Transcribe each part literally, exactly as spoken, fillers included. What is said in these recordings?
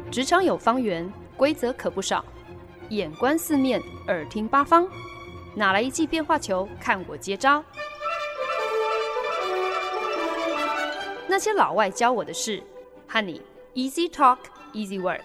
职场有方圆，规则可不少。眼观四面，耳听八方，哪来一记变化球？看我接招！那些老外教我的事，和你 Easy Talk Easy Work。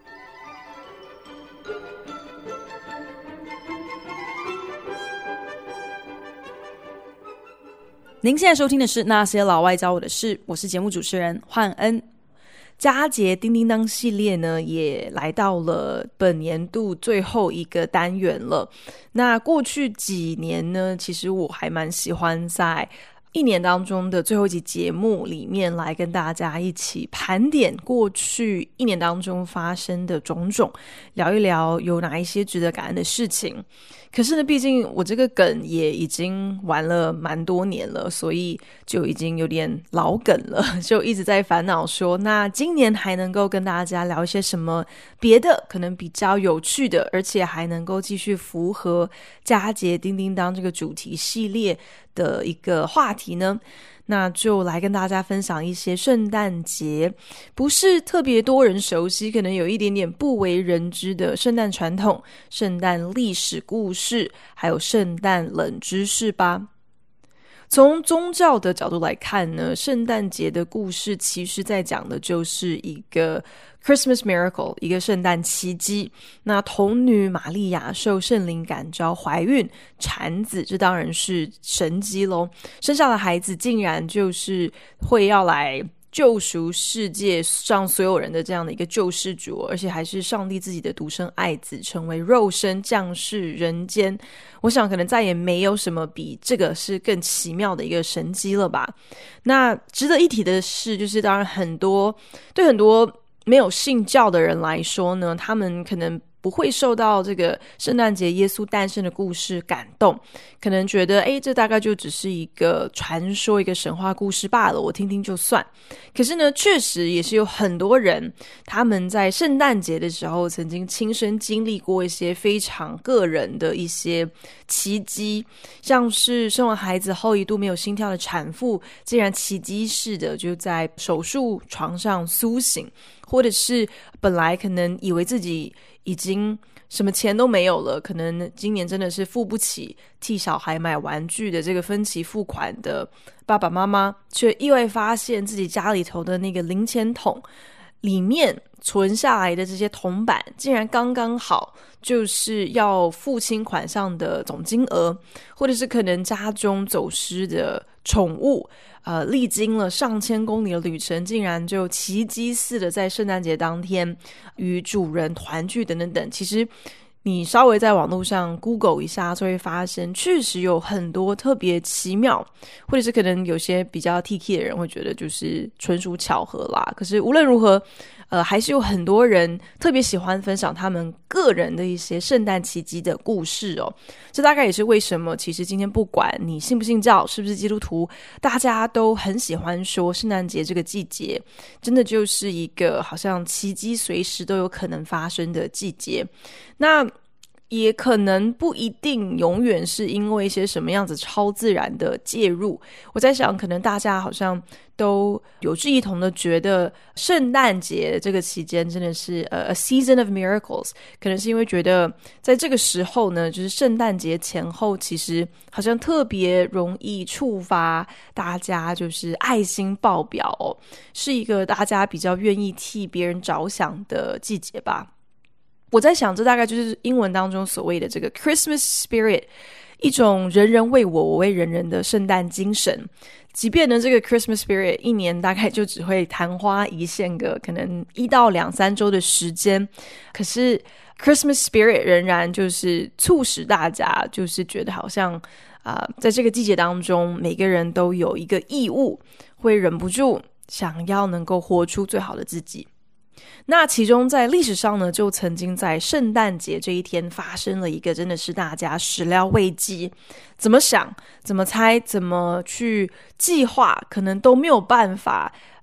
您现在收听的是那些老外教我的事，我是节目主持人焕恩。佳节叮叮当系列呢，也来到了本年度最后一个单元了。那过去几年呢，其实我还蛮喜欢在一年当中的最后一集节目里面来跟大家一起盘点过去一年当中发生的种种，聊一聊有哪一些值得感恩的事情。可是呢，毕竟我这个梗也已经玩了蛮多年了，所以就已经有点老梗了，就一直在烦恼说，那今年还能够跟大家聊一些什么别的可能比较有趣的，而且还能够继续符合佳节叮叮当这个主题系列的一个话题呢？那就来跟大家分享一些圣诞节不是特别多人熟悉，可能有一点点不为人知的圣诞传统、圣诞历史故事，还有圣诞冷知识吧。从宗教的角度来看呢，圣诞节的故事其实在讲的就是一个 Christmas miracle， 一个圣诞奇迹。那童女玛利亚受圣灵感召怀孕产子，这当然是神迹咯，生下的孩子竟然就是会要来救赎世界上所有人的这样的一个救世主，而且还是上帝自己的独生爱子，成为肉身降世人间。我想可能再也没有什么比这个是更奇妙的一个神迹了吧。那值得一提的是，就是当然很多对很多没有信教的人来说呢，他们可能不会受到这个圣诞节耶稣诞生的故事感动，可能觉得诶，这大概就只是一个传说，一个神话故事罢了，我听听就算。可是呢，确实也是有很多人他们在圣诞节的时候曾经亲身经历过一些非常个人的一些奇迹，像是生完孩子后一度没有心跳的产妇竟然奇迹似的就在手术床上苏醒，或者是本来可能以为自己已经什么钱都没有了，可能今年真的是付不起替小孩买玩具的这个分期付款的爸爸妈妈，却意外发现自己家里头的那个零钱筒里面存下来的这些铜板竟然刚刚好就是要付清款项的总金额，或者是可能家中走失的宠物呃，历经了上千公里的旅程，竟然就奇迹似的在圣诞节当天与主人团聚等等等。其实你稍微在网络上 Google 一下就会发现，确实有很多特别奇妙，或者是可能有些比较 T K 的人会觉得就是纯属巧合啦。可是无论如何呃，还是有很多人特别喜欢分享他们个人的一些圣诞奇迹的故事哦。这大概也是为什么其实今天不管你信不信教，是不是基督徒，大家都很喜欢说圣诞节这个季节真的就是一个好像奇迹随时都有可能发生的季节。那也可能不一定永远是因为一些什么样子超自然的介入。我在想可能大家好像都有志一同的觉得圣诞节这个期间真的是、uh, a season of miracles， 可能是因为觉得在这个时候呢，就是圣诞节前后其实好像特别容易触发大家就是爱心爆表哦，是一个大家比较愿意替别人着想的季节吧。我在想这大概就是英文当中所谓的这个 Christmas spirit， 一种人人为我我为人人的圣诞精神。即便呢这个 Christmas spirit 一年大概就只会昙花一现个可能一到两三周的时间，可是 Christmas spirit 仍然就是促使大家就是觉得好像呃，在这个季节当中每个人都有一个义务，会忍不住想要能够活出最好的自己。那其中在历史上呢，就曾经在圣诞节这一天发生了一个真的是大家始料未及，怎么想怎么猜怎么去计划可能都没有办法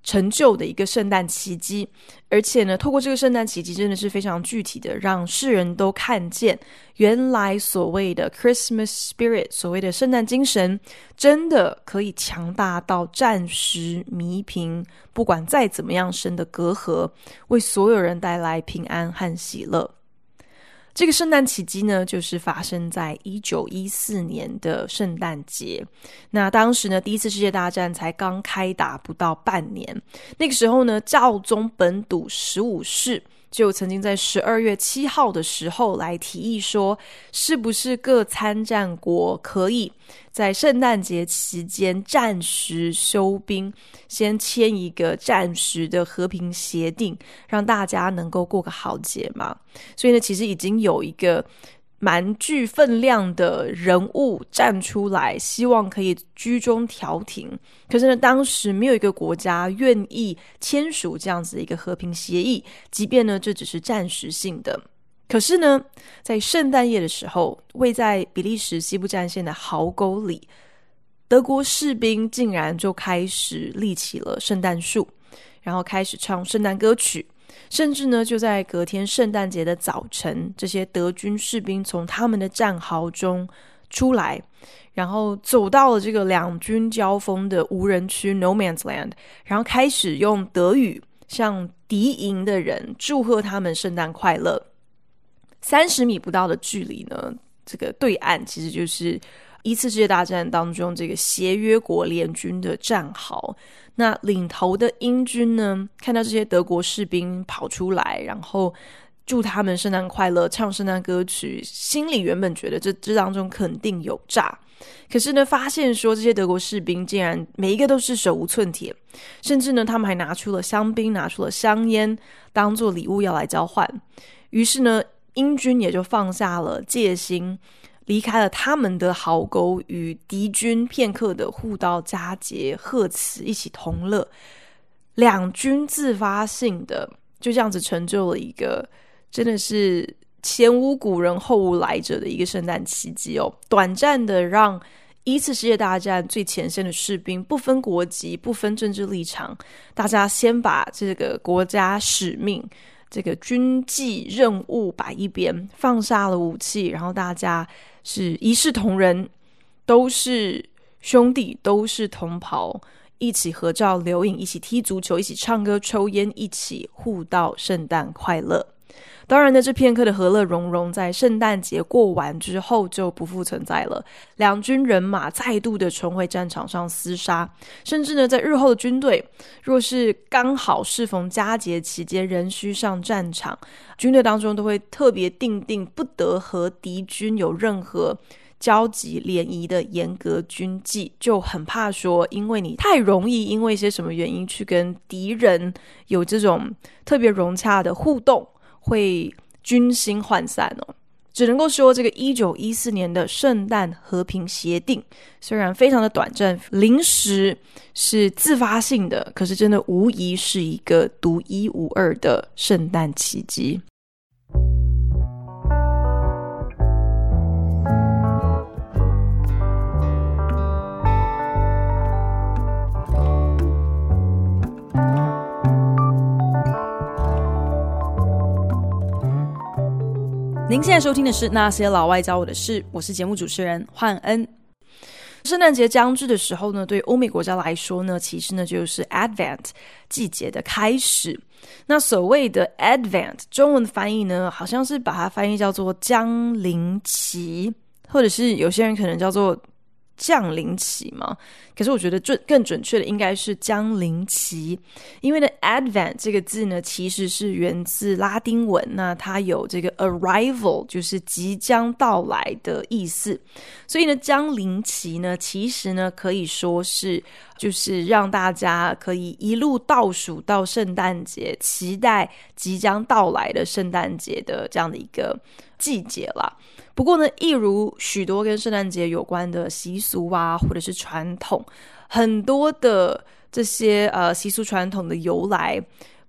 成就的一个圣诞奇迹。而且呢，透过这个圣诞奇迹真的是非常具体的，让世人都看见原来所谓的 Christmas spirit， 所谓的圣诞精神真的可以强大到暂时弥平不管再怎么样深的隔阂，为所有人带来平安和喜乐。这个圣诞奇迹呢，就是发生在一九一四年的圣诞节。那当时呢，第一次世界大战才刚开打不到半年。那个时候呢，教宗本笃十五世就曾经在十二月七号的时候来提议说，是不是各参战国可以在圣诞节期间暂时休兵，先签一个暂时的和平协定，让大家能够过个好节嘛。所以呢，其实已经有一个蛮具分量的人物站出来，希望可以居中调停。可是呢，当时没有一个国家愿意签署这样子的一个和平协议，即便呢这只是暂时性的。可是呢，在圣诞夜的时候，位在比利时西部战线的壕沟里，德国士兵竟然就开始立起了圣诞树，然后开始唱圣诞歌曲。甚至呢，就在隔天圣诞节的早晨，这些德军士兵从他们的战壕中出来，然后走到了这个两军交锋的无人区 No Man's Land， 然后开始用德语向敌营的人祝贺他们圣诞快乐。三十米不到的距离呢，这个对岸其实就是一次世界大战当中这个协约国联军的战壕。那领头的英军呢，看到这些德国士兵跑出来，然后祝他们圣诞快乐，唱圣诞歌曲，心里原本觉得这这当中肯定有诈。可是呢，发现说这些德国士兵竟然每一个都是手无寸铁，甚至呢他们还拿出了香槟，拿出了香烟当做礼物要来交换。于是呢，英军也就放下了戒心，离开了他们的壕沟，与敌军片刻的互道佳节，贺词一起同乐。两军自发性的就这样子成就了一个真的是前无古人后无来者的一个圣诞奇迹哦！短暂的让一次世界大战最前线的士兵不分国籍，不分政治立场，大家先把这个国家使命，这个军纪任务摆一边，放下了武器，然后大家是一视同仁，都是兄弟，都是同袍，一起合照留影，一起踢足球，一起唱歌抽烟，一起互道圣诞快乐。当然呢，这片刻的和乐融融在圣诞节过完之后就不复存在了。两军人马再度的重回战场上厮杀，甚至呢，在日后的军队若是刚好适逢佳节期间仍需上战场，军队当中都会特别订定不得和敌军有任何交集联谊的严格军纪，就很怕说因为你太容易因为一些什么原因去跟敌人有这种特别融洽的互动，会军心涣散哦。只能够说这个一九一四年的圣诞和平协定虽然非常的短暂，临时是自发性的，可是真的无疑是一个独一无二的圣诞奇迹。您现在收听的是那些老外教我的事，我是节目主持人焕恩。圣诞节将至的时候呢，对欧美国家来说呢，其实呢就是 Advent 季节的开始。那所谓的 Advent 中文的翻译呢，好像是把它翻译叫做降临期，或者是有些人可能叫做降临期嘛，可是我觉得准更准确的应该是降临期，因为呢 Advent 这个字呢其实是源自拉丁文，那它有这个 arrival 就是即将到来的意思，所以呢降临期呢其实呢可以说是就是让大家可以一路倒数到圣诞节，期待即将到来的圣诞节的这样的一个季节啦。不过呢，一如许多跟圣诞节有关的习俗啊，或者是传统，很多的这些呃习俗传统的由来，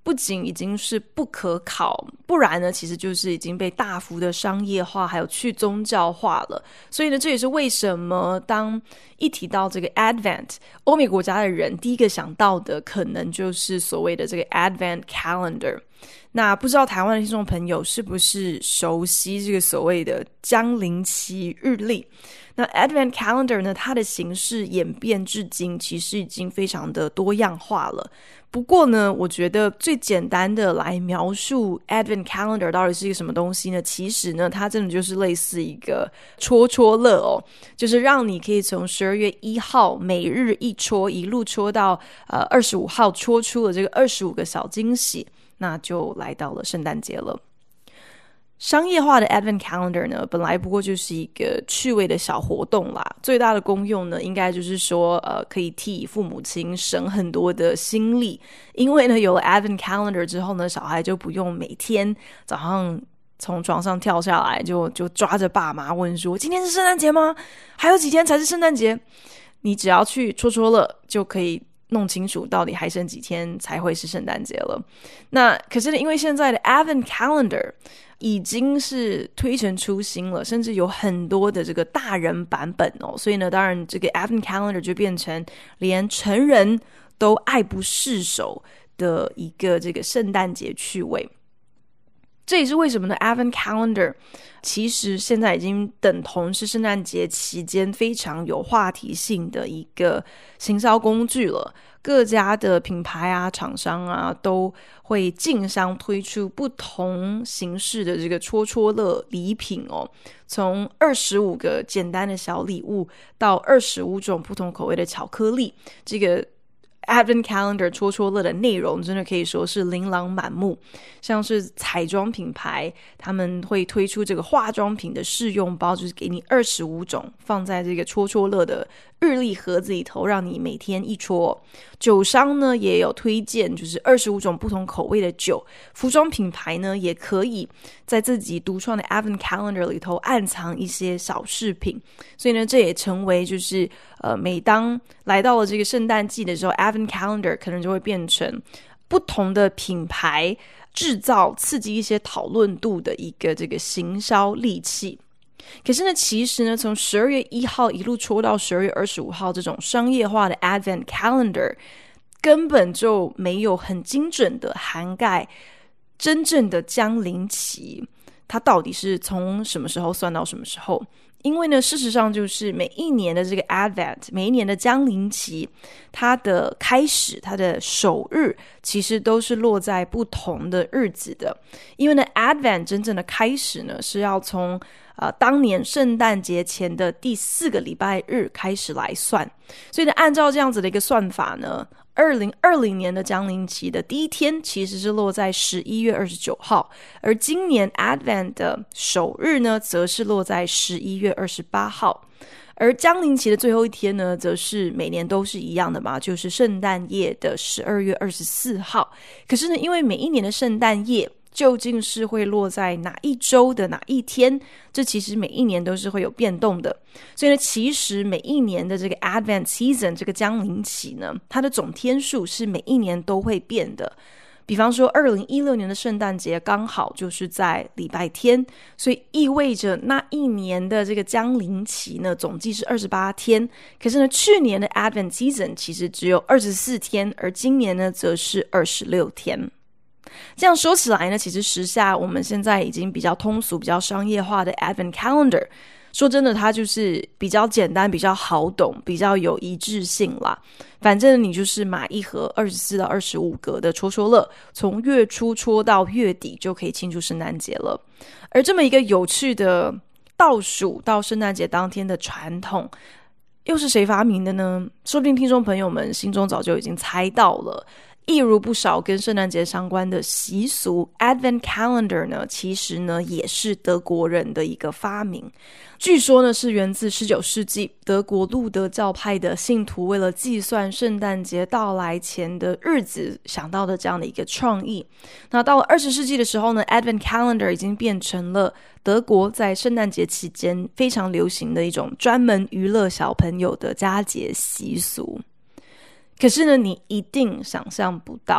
不仅已经是不可考，不然呢其实就是已经被大幅的商业化还有去宗教化了。所以呢这也是为什么当一提到这个 Advent， 欧美国家的人第一个想到的可能就是所谓的这个 Advent Calendar。那不知道台湾的听众朋友是不是熟悉这个所谓的江临期日历？那 Advent Calendar 呢，它的形式演变至今其实已经非常的多样化了。不过呢，我觉得最简单的来描述 Advent Calendar 到底是一个什么东西呢？其实呢，它真的就是类似一个戳戳乐哦，就是让你可以从十二月一号每日一戳，一路戳到呃二十五号，戳出了这个二十五个小惊喜。那就来到了圣诞节了。商业化的 Advent Calendar 呢，本来不过就是一个趣味的小活动啦，最大的功用呢，应该就是说呃，可以替父母亲省很多的心力，因为呢有了 Advent Calendar 之后呢，小孩就不用每天早上从床上跳下来就就抓着爸妈问说，今天是圣诞节吗？还有几天才是圣诞节？你只要去戳戳乐就可以弄清楚到底还剩几天才会是圣诞节了。那可是呢，因为现在的 Advent Calendar 已经是推陈出新了，甚至有很多的这个大人版本哦，所以呢，当然这个 Advent Calendar 就变成连成人都爱不释手的一个这个圣诞节趣味。这也是为什么呢 Advent Calendar 其实现在已经等同是圣诞节期间非常有话题性的一个行销工具了。各家的品牌啊厂商啊都会竞相推出不同形式的这个戳戳乐礼品哦，从二十五个简单的小礼物到二十五种不同口味的巧克力，这个Advent Calendar 戳戳乐的内容真的可以说是琳琅满目，像是彩妆品牌他们会推出这个化妆品的试用包，就是给你二十五种放在这个戳戳乐的日历盒子里头，让你每天一戳。酒商呢也有推荐就是二十五种不同口味的酒，服装品牌呢也可以在自己独创的 Advent Calendar 里头暗藏一些小饰品，所以呢这也成为就是呃每当来到了这个圣诞季的时候， Advent Calendar 可能就会变成不同的品牌制造刺激一些讨论度的一个这个行销利器。可是呢其实呢从十二月一号一路戳到十二月二十五号这种商业化的 Advent Calendar 根本就没有很精准的涵盖真正的降临期，它到底是从什么时候算到什么时候。因为呢事实上就是每一年的这个 Advent 每一年的降临期，它的开始它的首日其实都是落在不同的日子的。因为呢 Advent 真正的开始呢是要从呃当年圣诞节前的第四个礼拜日开始来算，所以呢按照这样子的一个算法呢，二零二零年的降临期的第一天其实是落在十一月二十九号，而今年 Advent 的首日呢则是落在十一月二十八号，而降临期的最后一天呢则是每年都是一样的嘛，就是圣诞夜的十二月二十四号。可是呢因为每一年的圣诞夜究竟是会落在哪一周的哪一天，这其实每一年都是会有变动的。所以呢其实每一年的这个 Advent Season 这个降临期呢，它的总天数是每一年都会变的。比方说二零一六年的圣诞节刚好就是在礼拜天，所以意味着那一年的这个降临期呢总计是二十八天。可是呢去年的 Advent Season 其实只有二十四天，而今年呢则是二十六天。这样说起来呢，其实时下我们现在已经比较通俗比较商业化的 Advent Calendar， 说真的它就是比较简单比较好懂比较有一致性啦。反正你就是买一盒二十四到二十五格的戳戳乐，从月初戳到月底就可以庆祝圣诞节了。而这么一个有趣的倒数到圣诞节当天的传统又是谁发明的呢？说不定听众朋友们心中早就已经猜到了。一如不少跟圣诞节相关的习俗， Advent Calendar 呢其实呢也是德国人的一个发明。据说呢是源自十九世纪德国路德教派的信徒为了计算圣诞节到来前的日子想到的这样的一个创意。那到了二十世纪的时候呢， Advent Calendar 已经变成了德国在圣诞节期间非常流行的一种专门娱乐小朋友的佳节习俗。可是呢你一定想象不到，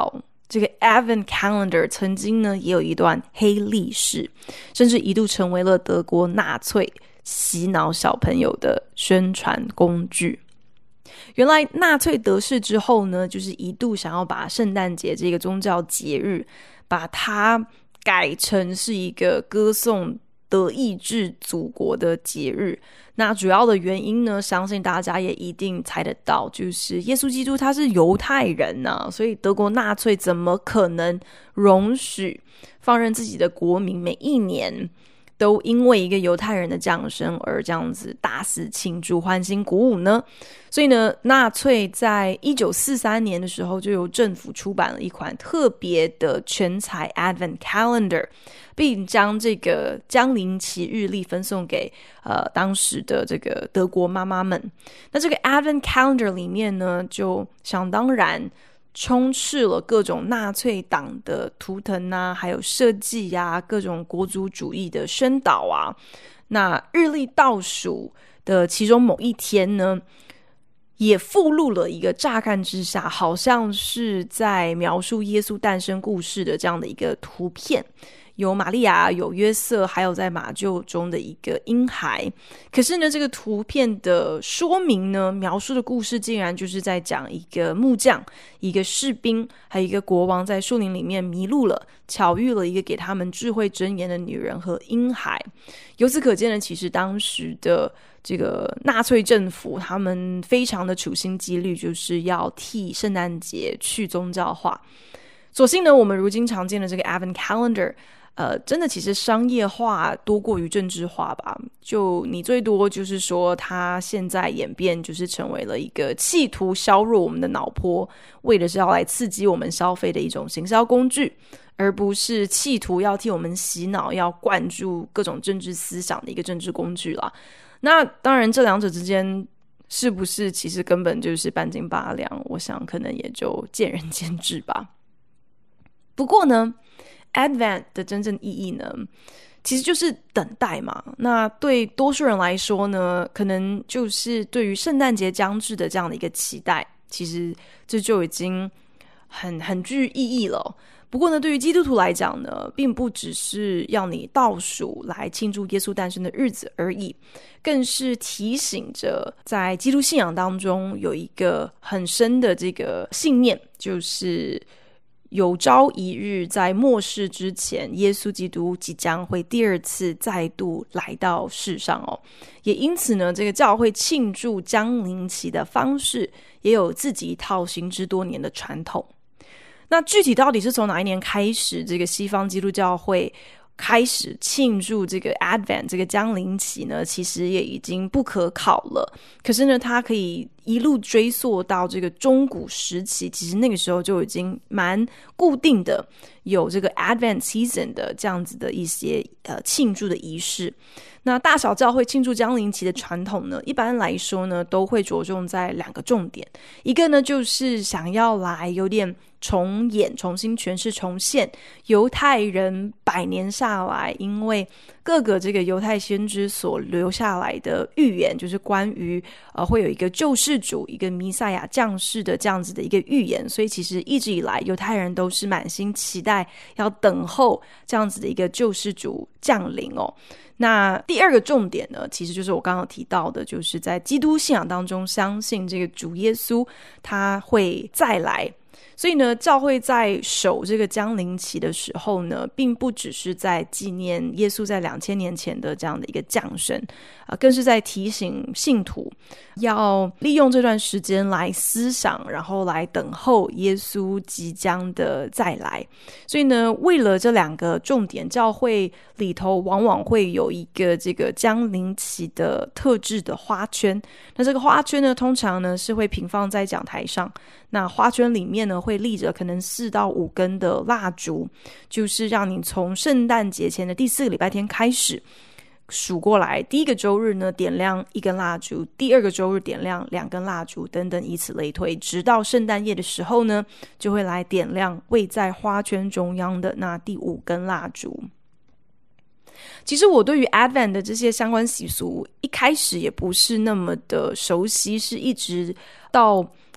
这个 Advent Calendar 曾经呢也有一段黑历史，甚至一度成为了德国纳粹洗脑小朋友的宣传工具。原来纳粹得势之后呢，就是一度想要把圣诞节这个宗教节日把它改成是一个歌颂德意志祖国的节日。那主要的原因呢，相信大家也一定猜得到，就是耶稣基督他是犹太人啊，所以德国纳粹怎么可能容许放任自己的国民每一年都因为一个犹太人的降生而这样子大肆庆祝欢欣鼓舞呢？所以呢，纳粹在一九四三年的时候就由政府出版了一款特别的全彩 Advent Calendar， 并将这个降临期日历分送给呃当时的这个德国妈妈们。那这个 Advent Calendar 里面呢，就想当然充斥了各种纳粹党的图腾啊，还有设计啊，各种国族主义的宣导啊。那日历倒数的其中某一天呢，也附录了一个乍看之下好像是在描述耶稣诞生故事的这样的一个图片，有玛利亚，有约瑟，还有在马厩中的一个婴孩。可是呢，这个图片的说明呢，描述的故事竟然就是在讲一个木匠，一个士兵，还有一个国王在树林里面迷路了，巧遇了一个给他们智慧箴言的女人和婴孩。由此可见呢，其实当时的这个纳粹政府他们非常的处心积虑，就是要替圣诞节去宗教化。所幸呢，我们如今常见的这个 Advent Calendar呃，真的其实商业化多过于政治化吧。就你最多就是说它现在演变就是成为了一个企图削弱我们的脑波，为的是要来刺激我们消费的一种行销工具，而不是企图要替我们洗脑，要灌注各种政治思想的一个政治工具啦。那当然这两者之间是不是其实根本就是半斤八两，我想可能也就见仁见智吧。不过呢Advent 的真正意义呢，其实就是等待嘛。那对多数人来说呢，可能就是对于圣诞节将至的这样的一个期待，其实这就已经很很具意义了。不过呢，对于基督徒来讲呢，并不只是要你倒数来庆祝耶稣诞生的日子而已，更是提醒着在基督信仰当中有一个很深的这个信念，就是有朝一日在末世之前，耶稣基督即将会第二次再度来到世上哦。也因此呢，这个教会庆祝降临期的方式也有自己一套行之多年的传统。那具体到底是从哪一年开始，这个西方基督教会开始庆祝这个 Advent 这个降临期呢，其实也已经不可考了。可是呢，它可以一路追溯到这个中古时期，其实那个时候就已经蛮固定的有这个 Advent Season 的这样子的一些呃庆祝的仪式。那大小教会庆祝降临期的传统呢，一般来说呢，都会着重在两个重点。一个呢，就是想要来有点重演、重新诠释、重现犹太人百年下来因为各个这个犹太先知所留下来的预言，就是关于呃会有一个救世主、一个弥赛亚降世的这样子的一个预言。所以其实一直以来犹太人都是满心期待要等候这样子的一个救世主降临哦。那第二个重点呢，其实就是我刚刚提到的，就是在基督信仰当中相信这个主耶稣他会再来。所以呢，教会在守这个降临期的时候呢，并不只是在纪念耶稣在两千年前的这样的一个降生啊、呃，更是在提醒信徒要利用这段时间来思想，然后来等候耶稣即将的再来。所以呢，为了这两个重点，教会里头往往会有一个这个降临期的特制的花圈。那这个花圈呢，通常呢是会平放在讲台上。那花圈里面呢，会立着可能四到五根的蜡烛，就是让你从圣诞节前的第四个礼拜天开始数过来，第一个周日呢点亮一根蜡烛，第二个周日点亮两根蜡烛，等等以此类推，直到圣诞夜的时候呢，就会来点亮位在花圈中央的那第五根蜡烛。其实我对于 Advent 的这些相关习俗一开始也不是那么的熟悉，是一直到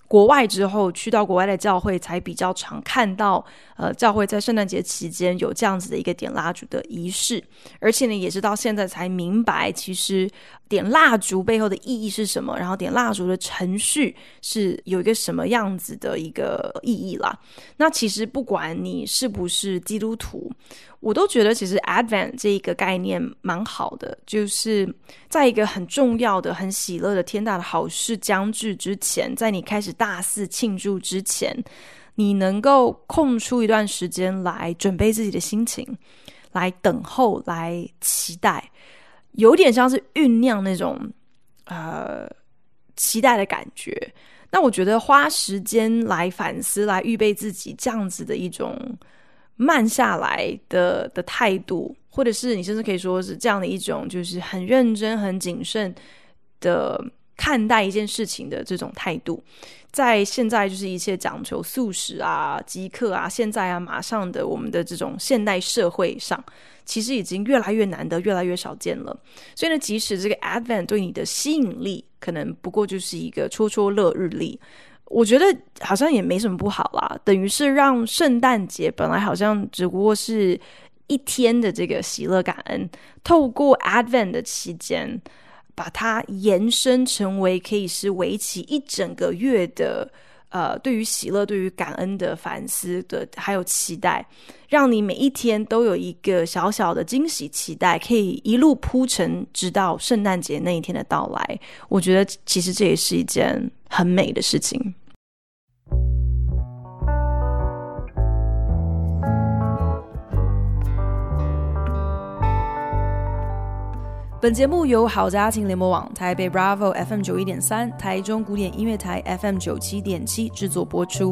国外之后，去到国外的教会才比较常看到呃，教会在圣诞节期间有这样子的一个点蜡烛的仪式，而且呢也是到现在才明白其实点蜡烛背后的意义是什么，然后点蜡烛的程序是有一个什么样子的一个意义啦。那其实不管你是不是基督徒，我都觉得其实 Advent 这一个概念蛮好的，就是在一个很重要的很喜乐的天大的好事将至之前，在你开始大肆庆祝之前，你能够空出一段时间来准备自己的心情，来等候，来期待，有点像是酝酿那种呃期待的感觉。那我觉得花时间来反思，来预备自己，这样子的一种慢下来的的态度，或者是你甚至可以说是这样的一种就是很认真很谨慎的看待一件事情的这种态度，在现在就是一切讲求速食啊即刻啊现在啊马上的我们的这种现代社会上，其实已经越来越难得，越来越少见了。所以呢，即使这个 Advent 对你的吸引力可能不过就是一个戳戳乐日历，我觉得好像也没什么不好啦，等于是让圣诞节本来好像只不过是一天的这个喜乐感恩，透过 Advent 的期间把它延伸成为可以是为期一整个月的呃，对于喜乐对于感恩的反思的还有期待，让你每一天都有一个小小的惊喜期待，可以一路铺陈直到圣诞节那一天的到来。我觉得其实这也是一件很美的事情。本节目由好家庭联播网、台北 Bravo F M 九一点三、台中古典音乐台 F M 九七点七制作播出。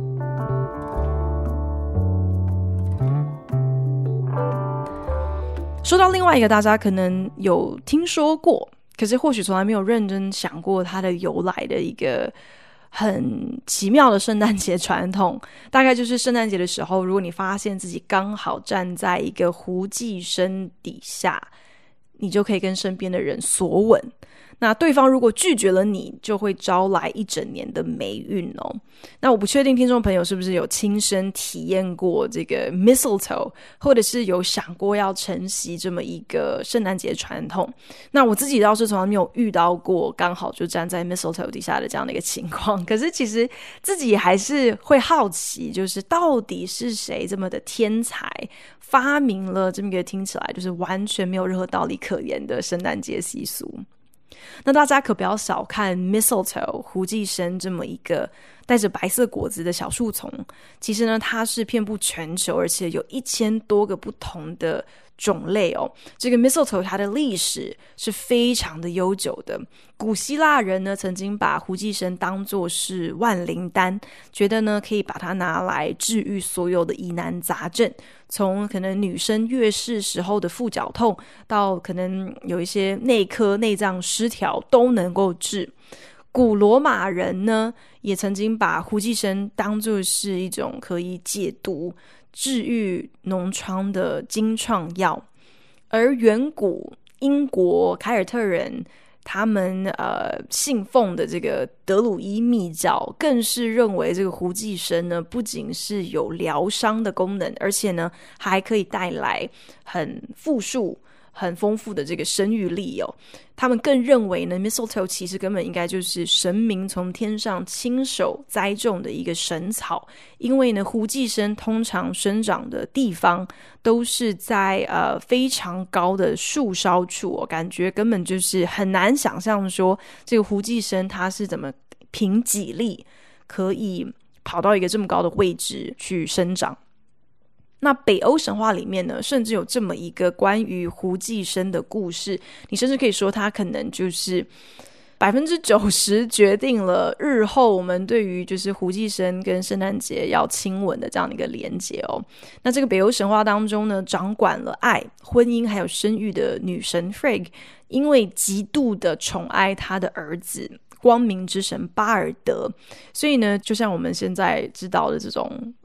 说到另外一个大家可能有听说过，可是或许从来没有认真想过它的由来的一个很奇妙的圣诞节传统，大概就是圣诞节的时候，如果你发现自己刚好站在一个胡寄生底下，你就可以跟身边的人索吻，那对方如果拒绝了你，就会招来一整年的霉运哦。那我不确定听众朋友是不是有亲身体验过这个 mistletoe， 或者是有想过要承袭这么一个圣诞节传统。那我自己倒是从来没有遇到过刚好就站在 mistletoe 底下的这样的一个情况，可是其实自己还是会好奇，就是到底是谁这么的天才发明了这么一个听起来就是完全没有任何道理可言的圣诞节习俗。那大家可不要小看 mistletoe 胡寄生这么一个带着白色果子的小树丛，其实呢它是遍布全球，而且有一千多个不同的种类哦。这个 mistletoe 它的历史是非常的悠久的，古希腊人呢曾经把胡寄生当作是万灵丹，觉得呢可以把它拿来治愈所有的疑难杂症，从可能女生月事时候的腹绞痛，到可能有一些内科内脏失调都能够治。古罗马人呢也曾经把胡寄生当作是一种可以解毒治愈脓疮的金创药，而远古英国凯尔特人他们呃信奉的这个德鲁伊密教，更是认为这个胡寄生呢不仅是有疗伤的功能，而且呢还可以带来很富庶很丰富的这个生育力哦。他们更认为呢 mistletoe 其实根本应该就是神明从天上亲手栽种的一个神草，因为呢胡寄生通常生长的地方都是在呃非常高的树梢处哦，感觉根本就是很难想象说这个胡寄生它是怎么凭己力可以跑到一个这么高的位置去生长。那北欧神话里面呢，甚至有这么一个关于胡寄生的故事，你甚至可以说它可能就是百分之九十决定了日后我们对于就是胡寄生跟圣诞节要亲吻的这样的一个连结哦。那这个北欧神话当中呢，掌管了爱、婚姻还有生育的女神 Frigg， 因为极度的宠爱她的儿子光明之神巴尔德，所以呢就像我们现在知道的这种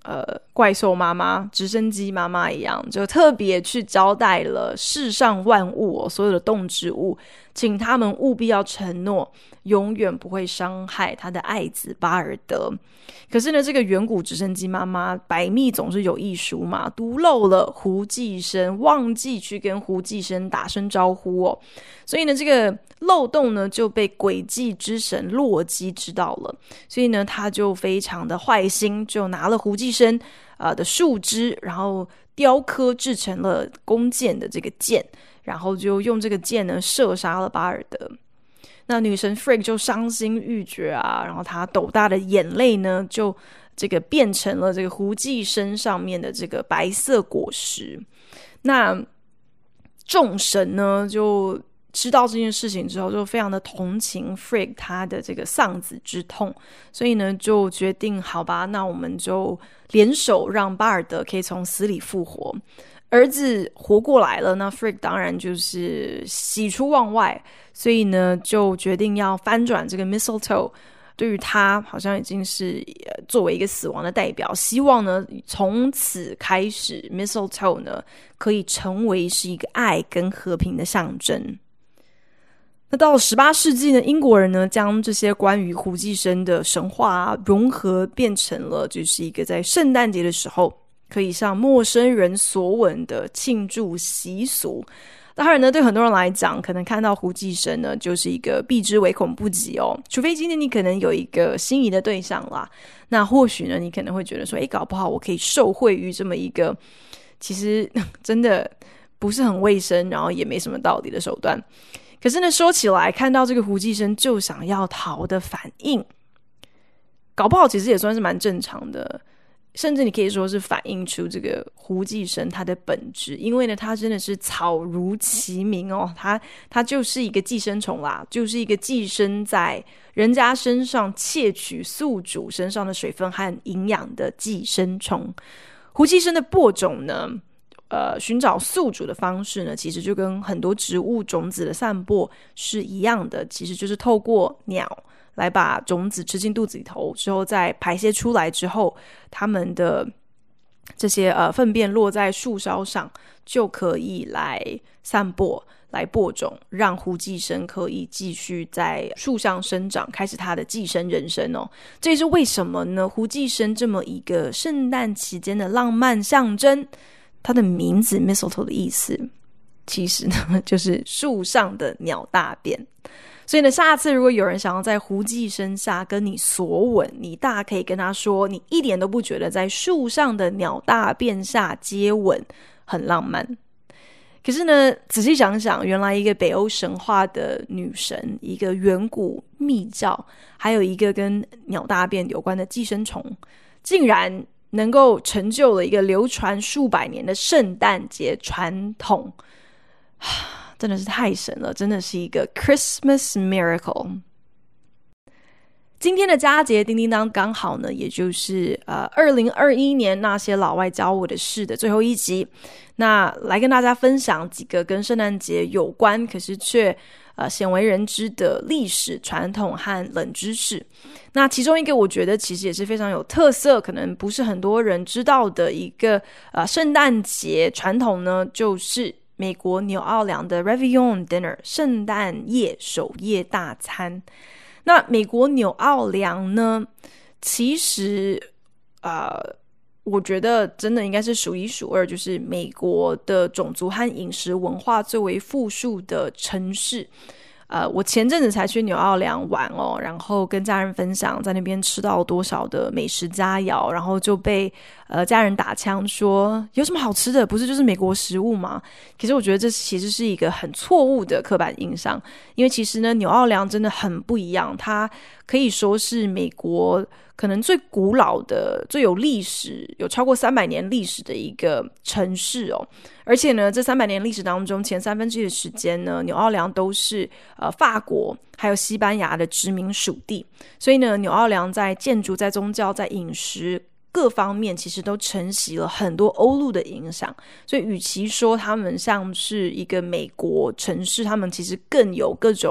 呃怪兽妈妈、直升机妈妈一样，就特别去交代了世上万物、哦、所有的动植物，请他们务必要承诺永远不会伤害他的爱子巴尔德。可是呢，这个远古直升机妈妈百密总是有一疏嘛，独漏了胡寄生，忘记去跟胡寄生打声招呼哦。所以呢，这个漏洞呢就被诡计之神洛基知道了，所以呢，他就非常的坏心，就拿了胡寄生呃的树枝，然后雕刻制成了弓箭的这个箭，然后就用这个箭呢射杀了巴尔德。那女神 Frigg 就伤心欲绝啊，然后她斗大的眼泪呢就这个变成了这个胡寄生上面的这个白色果实。那众神呢就知道这件事情之后，就非常的同情 Frigg 她的这个丧子之痛，所以呢就决定好吧，那我们就联手让巴尔德可以从死里复活。儿子活过来了，那 Frigg 当然就是喜出望外，所以呢就决定要翻转这个 Mistletoe， 对于他好像已经是作为一个死亡的代表，希望呢从此开始 Mistletoe 呢可以成为是一个爱跟和平的象征。那到了十八世纪呢，英国人呢将这些关于胡寄生的神话啊融合，变成了就是一个在圣诞节的时候可以向陌生人索吻的庆祝习俗。当然呢，对很多人来讲，可能看到胡寄生呢就是一个避之唯恐不及哦，除非今天你可能有一个心仪的对象啦，那或许呢你可能会觉得说，诶，搞不好我可以受惠于这么一个其实真的不是很卫生，然后也没什么道理的手段。可是呢，说起来，看到这个胡寄生就想要逃的反应，搞不好其实也算是蛮正常的，甚至你可以说是反映出这个胡寄生它的本质，因为呢，它真的是草如其名哦，它它就是一个寄生虫啦，就是一个寄生在人家身上窃取宿主身上的水分和营养的寄生虫。胡寄生的播种呢，呃，寻找宿主的方式呢，其实就跟很多植物种子的散播是一样的，其实就是透过鸟来把种子吃进肚子里头之后，再排泄出来之后，它们的这些呃粪便落在树梢上，就可以来散播、来播种，让胡寄生可以继续在树上生长，开始它的寄生人生哦。这也是为什么呢？胡寄生这么一个圣诞期间的浪漫象征，它的名字 Mistletoe 的意思，其实呢就是树上的鸟大便。所以呢，下次如果有人想要在胡寄生下跟你索吻，你大可以跟他说，你一点都不觉得在树上的鸟大便下接吻很浪漫。可是呢，仔细想想，原来一个北欧神话的女神，一个远古秘教，还有一个跟鸟大便有关的寄生虫，竟然能够成就了一个流传数百年的圣诞节传统，真的是太神了，真的是一个 Christmas miracle。 今天的佳节叮叮当刚好呢，也就是呃二零二一年那些老外教我的事的最后一集，那来跟大家分享几个跟圣诞节有关可是却呃鲜为人知的历史传统和冷知识。那其中一个我觉得其实也是非常有特色，可能不是很多人知道的一个呃圣诞节传统呢，就是美国纽奥良的 Réveillon Dinner 圣诞夜守夜大餐。那美国纽奥良呢，其实呃，我觉得真的应该是数一数二，就是美国的种族和饮食文化最为富庶的城市。呃，我前阵子才去纽奥良玩哦，然后跟家人分享在那边吃到多少的美食佳肴，然后就被呃家人打枪说有什么好吃的，不是就是美国食物吗？可是我觉得这其实是一个很错误的刻板印象，因为其实呢，纽奥良真的很不一样，它可以说是美国可能最古老的、最有历史、有超过三百年历史的一个城市哦。而且呢，这三百年历史当中，前三分之一的时间呢，纽奥良都是呃法国还有西班牙的殖民属地，所以呢，纽奥良在建筑、在宗教、在饮食各方面其实都承袭了很多欧陆的影响，所以与其说他们像是一个美国城市，他们其实更有各种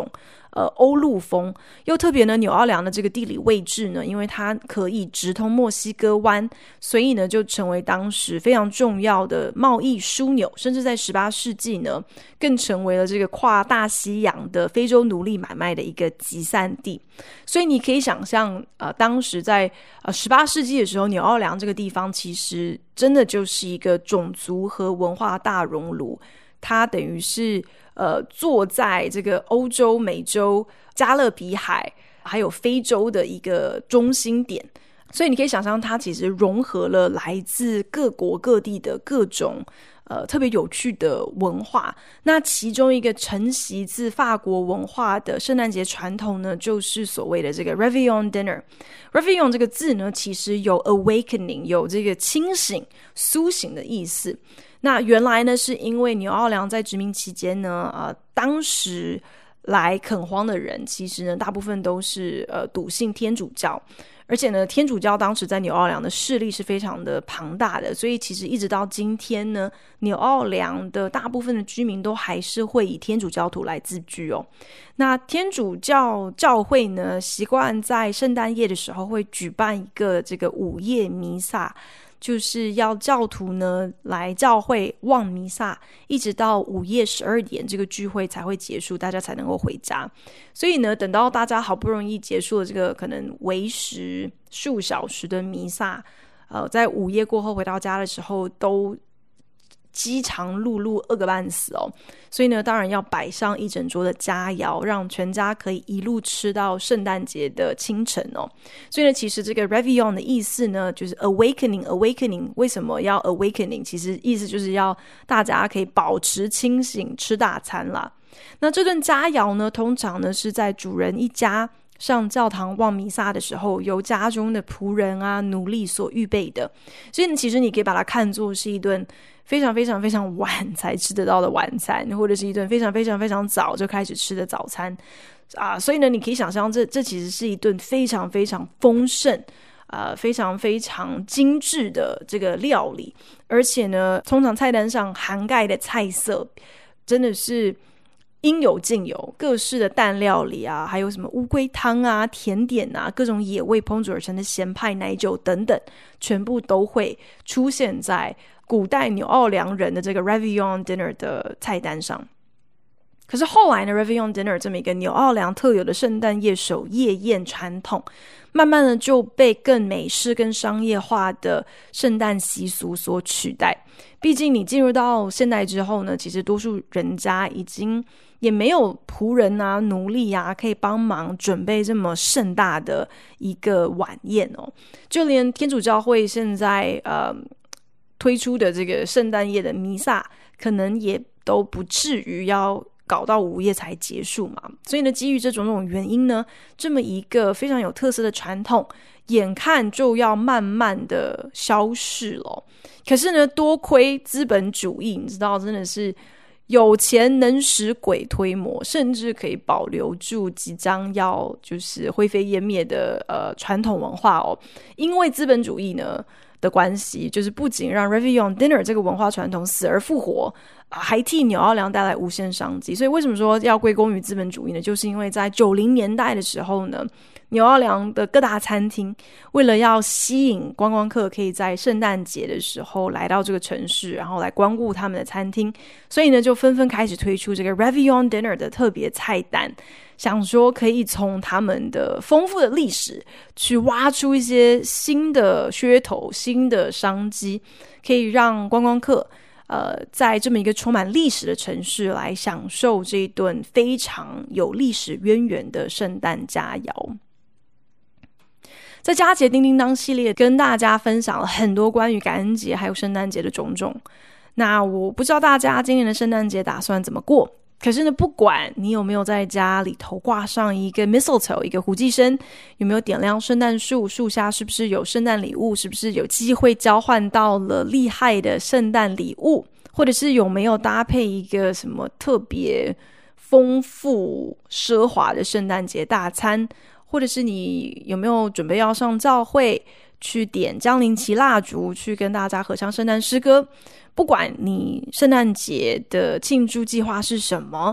呃欧陆风，又特别呢纽奥良的这个地理位置呢，因为它可以直通墨西哥湾，所以呢就成为当时非常重要的贸易枢纽，甚至在十八世纪呢更成为了这个跨大西洋的非洲奴隶买卖的一个集散地。所以你可以想象呃当时在呃十八世纪的时候，纽奥良这个地方其实真的就是一个种族和文化大熔炉，它等于是呃坐在这个欧洲、美洲、加勒比海还有非洲的一个中心点。所以你可以想象它其实融合了来自各国各地的各种呃特别有趣的文化。那其中一个承袭自法国文化的圣诞节传统呢，就是所谓的这个 Réveillon Dinner。Réveillon 这个字呢，其实有 awakening， 有这个清醒苏醒的意思。那原来呢是因为纽奥良在殖民期间呢呃当时来垦荒的人其实呢大部分都是呃笃信天主教，而且呢天主教当时在纽奥良的势力是非常的庞大的，所以其实一直到今天呢，纽奥良的大部分的居民都还是会以天主教徒来自居哦。那天主教教会呢习惯在圣诞夜的时候会举办一个这个午夜弥撒，就是要教徒呢来教会望弥撒，一直到午夜十二点这个聚会才会结束，大家才能够回家。所以呢等到大家好不容易结束了这个可能为时数小时的弥撒，呃，在午夜过后回到家的时候都饥肠辘辘饿个半死哦，所以呢当然要摆上一整桌的佳肴，让全家可以一路吃到圣诞节的清晨哦。所以呢其实这个 Réveillon 的意思呢就是 awakening awakening 为什么要 awakening？ 其实意思就是要大家可以保持清醒吃大餐啦。那这顿佳肴呢通常呢是在主人一家上教堂望弥撒的时候由家中的仆人啊奴隶所预备的，所以呢其实你可以把它看作是一顿非常非常非常晚才吃得到的晚餐，或者是一顿非常非常非常早就开始吃的早餐啊。所以呢你可以想象这这其实是一顿非常非常丰盛呃，非常非常精致的这个料理，而且呢通常菜单上涵盖的菜色真的是应有尽有，各式的蛋料理啊，还有什么乌龟汤啊、甜点啊，各种野味烹煮而成的咸派奶酒等等，全部都会出现在古代纽奥良人的这个 Réveillon Dinner 的菜单上。可是后来呢 Réveillon Dinner 这么一个纽奥良特有的圣诞夜守夜宴传统，慢慢的就被更美式跟商业化的圣诞习俗所取代。毕竟你进入到现代之后呢，其实多数人家已经也没有仆人啊奴隶啊可以帮忙准备这么盛大的一个晚宴哦。就连天主教会现在呃推出的这个圣诞夜的弥撒可能也都不至于要搞到午夜才结束嘛。所以呢基于这种种原因呢，这么一个非常有特色的传统眼看就要慢慢的消逝了。可是呢多亏资本主义，你知道真的是有钱能使鬼推磨，甚至可以保留住即将要就是灰飞烟灭的呃传统文化哦。因为资本主义呢的关系，就是不仅让 Réveillon Dinner 这个文化传统死而复活，还替纽奥良带来无限商机。所以为什么说要归功于资本主义呢？就是因为在九零年代的时候呢，纽奥良的各大餐厅为了要吸引观光客可以在圣诞节的时候来到这个城市，然后来光顾他们的餐厅，所以呢就纷纷开始推出这个 Réveillon Dinner 的特别菜单，想说可以从他们的丰富的历史去挖出一些新的噱头、新的商机，可以让观光客呃，在这么一个充满历史的城市来享受这一顿非常有历史渊源的圣诞佳肴。在佳节叮叮当系列跟大家分享了很多关于感恩节还有圣诞节的种种，那我不知道大家今年的圣诞节打算怎么过，可是呢不管你有没有在家里头挂上一个 mistletoe 一个胡寄生，有没有点亮圣诞树，树下是不是有圣诞礼物，是不是有机会交换到了厉害的圣诞礼物，或者是有没有搭配一个什么特别丰富奢华的圣诞节大餐，或者是你有没有准备要上教会去点降临旗蜡烛，去跟大家合唱圣诞诗歌。不管你圣诞节的庆祝计划是什么，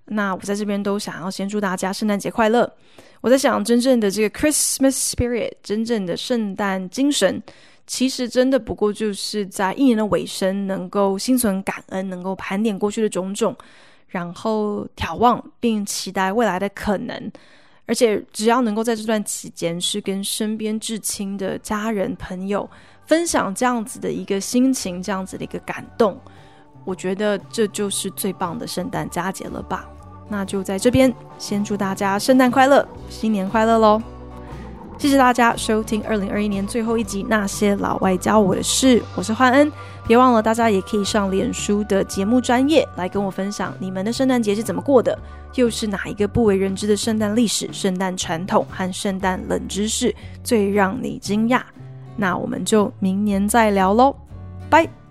那我在这边都想要先祝大家圣诞节快乐。我在想，真正的这个 Christmas spirit， 真正的圣诞精神，其实真的不过就是在一年的尾声能够心存感恩，能够盘点过去的种种，然后眺望并期待未来的可能。而且只要能够在这段期间是跟身边至亲的家人朋友分享这样子的一个心情，这样子的一个感动，我觉得这就是最棒的圣诞佳节了吧。那就在这边先祝大家圣诞快乐，新年快乐咯。谢谢大家收听二零二一年最后一集那些老外教我的事，我是焕恩。别忘了大家也可以上脸书的节目专页来跟我分享你们的圣诞节是怎么过的，又是哪一个不为人知的圣诞历史、圣诞传统和圣诞冷知识最让你惊讶。那我们就明年再聊咯，拜。